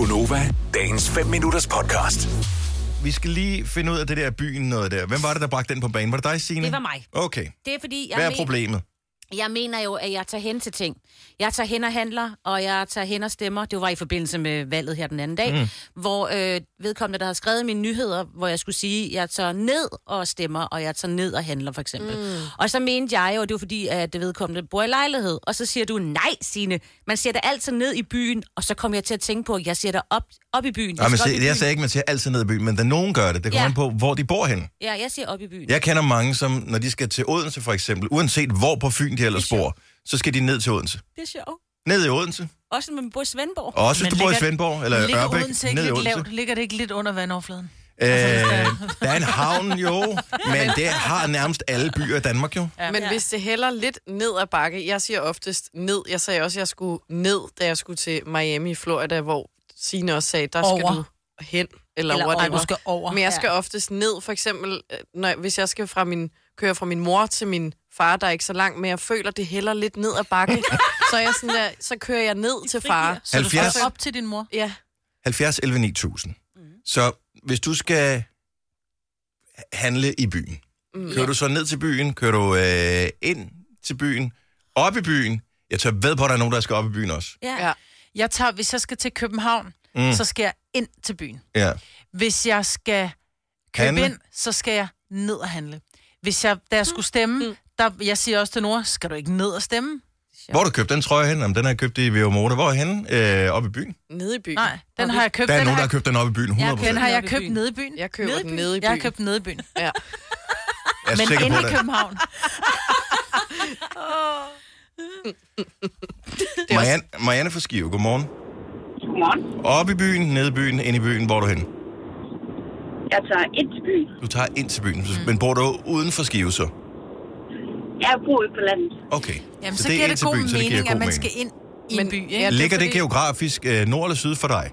Gonova, dagens 5 minutters podcast. Vi skal lige finde ud af det der byen noget der. Hvem var det, der bragte den på banen? Var det dig, Signe? Det var mig. Okay. Det er fordi, Hvad er problemet? Jeg mener jo, at jeg tager hen til ting. Jeg tager hen og handler, og jeg tager hen og stemmer. Det var i forbindelse med valget her den anden dag, hvor vedkommende, der havde skrevet mine nyheder, hvor jeg skulle sige, at jeg tager ned og stemmer, og jeg tager ned og handler, for eksempel. Og så mente jeg jo, det var fordi, at det vedkommende bor i lejlighed. Og så siger du, nej, Signe, man siger det altid ned i byen, og så kommer jeg til at tænke på, at jeg siger det op i byen. Jeg siger ikke, man siger altid ned i byen, men der nogen gør det. Det kommer an på, hvor de bor henne. Ja, jeg siger op i byen. Jeg kender mange, som når de skal til Odense for eksempel, uanset hvor på Fyn de ellers bor, så skal de ned til Odense. Det er sjovt. Ned i Odense. Også når man bor i Svendborg. Og også hvis du bor i Svendborg eller ligger Ørbæk. Odense ikke ned i lidt Odense. lavt? Ligger det ikke lidt under vandoverfladen? Der er en havn, jo, men det har nærmest alle byer i Danmark, jo. Ja. Men hvis det hælder lidt ned ad bakke, jeg siger oftest ned. Jeg sagde også, at jeg skulle ned, da jeg skulle til Miami i Florida, hvor Signe også sagde, der skal du hen, eller whatever. Nej, du skal over. Men jeg skal oftest ned, for eksempel, hvis jeg skal køre fra min mor til min far, der er ikke så langt, men jeg føler, det hælder lidt ned ad bakke. Så jeg sådan der, så kører jeg ned til far. Så 70. du skal op til din mor? Ja. 70 11 9000. Så hvis du skal handle i byen, kører du så ned til byen, kører du ind til byen, op i byen. Jeg tør ved på, at der er nogen, der skal op i byen også. Ja. Hvis jeg skal til København, så skal jeg ind til byen. Ja. Hvis jeg skal købe Handle? ind, så skal jeg ned og handle. Da jeg skulle stemme, jeg siger også til Nora, skal du ikke ned og stemme? Hvor har du købt den trøje hen? Jamen, den har jeg købt i Via Moda. Hvor er henne? Oppe i byen? Nede i byen. Nej, den har jeg købt. Der er nogen, der har købt den oppe i byen, 100%. Den har jeg købt nede i byen. Jeg køber den nede i byen. Jeg har købt den nede i byen. Ja. Jeg er Men sikker inde på i det. København. Marianne fra Skive, godmorgen. Godmorgen. Op i byen, nede i byen, ind i byen, hvor er du henne? Jeg tager ind til byen. Du tager ind til byen, men bor du uden for Skive så? Jeg bor ude på landet. Okay. Jamen, så det er giver ind det til god byen, så det giver mening, god at man mening. skal ind i en by, ikke? Ja, Ligger det fordi- geografisk nord eller syd for dig?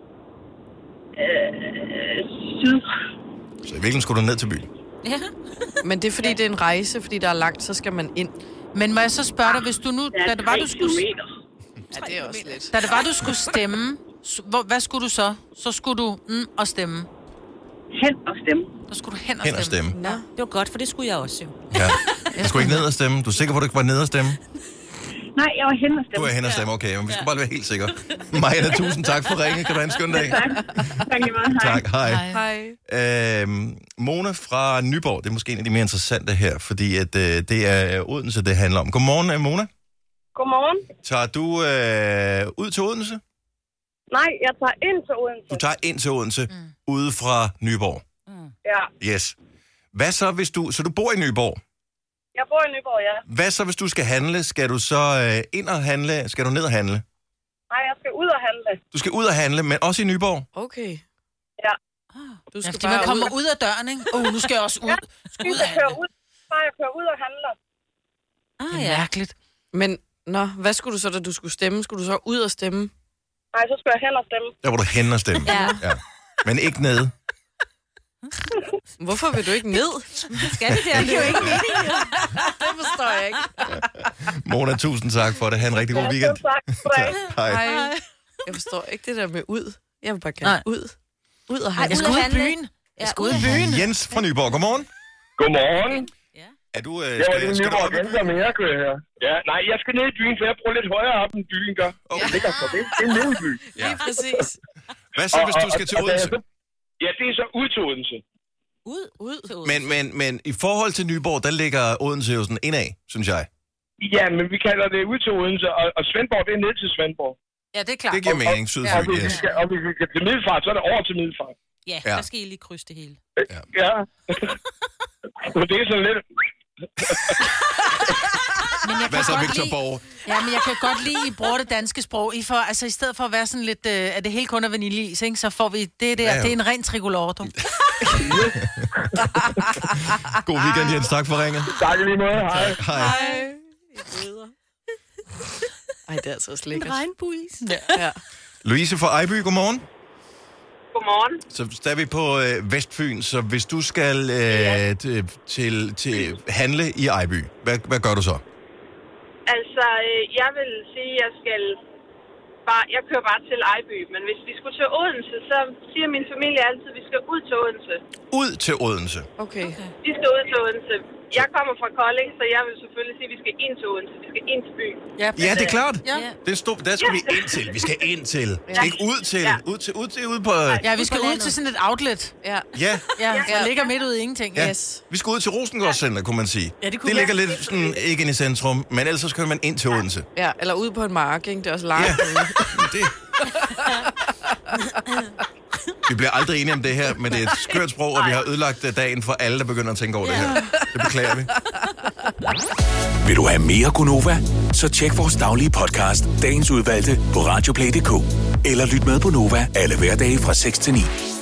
Syd. Så i virkeligheden skulle du ned til byen. Ja. Men det er fordi, det er en rejse, fordi der er langt, så skal man ind. Men må jeg så spørge dig, hvis du nu, Der er 3 kilometer. Ja, det er også lidt. da det var, du skulle stemme, hvad skulle du så? Så skulle du og stemme. Hen og stemme. Så skulle du hen og Hen og stemme. stemme. Nå, det var godt, for det skulle jeg også jo. Ja. Du skulle ikke ned og stemme. Du er sikker på, at du ikke var ned og stemme? Nej, jeg var hen og Du stemme. er hen og stemme, okay. Men vi skal bare være helt sikre. Marianne, tusind tak for ringen. Kan du have en skøn dag? Tak. Tak lige meget. Hej. Tak, hej. Hej. Mona fra Nyborg, det er måske en af de mere interessante her, fordi at, det er Odense, det handler om. Godmorgen, Mona. Godmorgen. Tager du ud til Odense? Nej, jeg tager ind til Odense. Du tager ind til Odense, ude fra Nyborg. Ja. Yes. Hvad så, hvis du... Så du bor i Nyborg. Jeg bor i Nyborg, ja. Hvad så, hvis du skal handle? Skal du så ind og handle? Skal du ned og handle? Nej, jeg skal ud og handle. Du skal ud og handle, men også i Nyborg? Okay. Ja. Du Ja, skal fordi man bare kommer ud. ud af døren, ikke? Nu skal jeg også ud. Skal ud og Jeg kører handle. ud. Bare jeg kører ud og handler. Det er mærkeligt. Men, hvad skulle du så, da du skulle stemme? Skulle du så ud og stemme? Nej, så skal jeg hen og stemme. Der hvor du hen og stemme. Ja. Men ikke ned. Hvorfor vil du ikke ned? Skal det der? Det er jo ikke meningen. Det forstår jeg ikke. Mona, tusind tak for det. Ha' en rigtig god weekend. Tak. Goddag. Hej. Hej. Jeg forstår ikke det der med ud. Jeg vil bare gerne Nej. ud. Ud og Ej, handle. Jeg skal ud i handle. byen. Jeg skal ud i byen. Jens fra Nyborg, godmorgen. Godmorgen. Er du... Jeg var lige Nyborg og Genser med jer, kører her. Ja, nej, jeg skal ned i byen, for jeg bor lidt højere op, end byen gør. Okay. Det er nede i byen. Lige præcis. Hvad så, hvis du skal til Odense? Ja, det er så ud til Odense. Ud til Odense. Men i forhold til Nyborg, der ligger Odense jo sådan indad, synes jeg. Ja, men vi kalder det ud til Odense, og Svendborg, det er ned til Svendborg. Ja, det er klart. Det giver mening, Sydfyn, yes. Og hvis vi skal til Middelfart, så er det over til Middelfart. Ja, Ja. der skal I lige krydse det hele. Ja. Men det er sådan lidt... Men jeg Hvad kan så, godt Victor lide, Borg? ja, men jeg kan godt lide, I bruger det danske sprog. I stedet for at være sådan lidt, at det hele kun er vaniljeis, ikke? Så får vi det der. Ja, jo. Det er en ren tricolore, du. God weekend, Jens. Tak for ringet. Tak i lige måde. Hej. Hej. Ej, det er altså også lækkert. Regnbuis. Ja. Louise fra Ejby, godmorgen. Godmorgen. Så der er vi på Vestfyn, så hvis du skal til handle i Ejby, hvad gør du så? Altså, jeg vil sige, at jeg skal jeg kører bare til Ejby. Men hvis vi skulle til Odense, så siger min familie altid, at vi skal ud til Odense. Ud til Odense. Okay. Vi skal ud til Odense. Jeg kommer fra Kolding, så jeg vil selvfølgelig sige, at vi skal ind til Odense. Vi skal ind til byen. Ja, det er klart. Ja. Der skal vi ind til. Vi skal ind til. Vi skal ikke ud til. Ja. Ud på... Ja, vi skal ud til sådan et outlet. Ja. Ja. Ja, der ligger midt ud i ingenting. Ja. Yes. Vi skal ud til Rosengårdscenter, kunne man sige. Ja, det kunne det ligger lidt sådan, ikke ind i centrum, men ellers så kører man ind til Odense. Ja, eller ud på en mark, ikke? Det er også langt. Ja. Det. Vi bliver aldrig enige om det her, men det er et skørt sprog, og vi har ødelagt dagen for alle, der begynder at tænke over det her. Det beklager vi. Vil du have mere Gunova? Så tjek vores daglige podcast, dagens udvalgte, på radioplay.dk. Eller lyt med på Nova alle hverdage fra 6 til 9.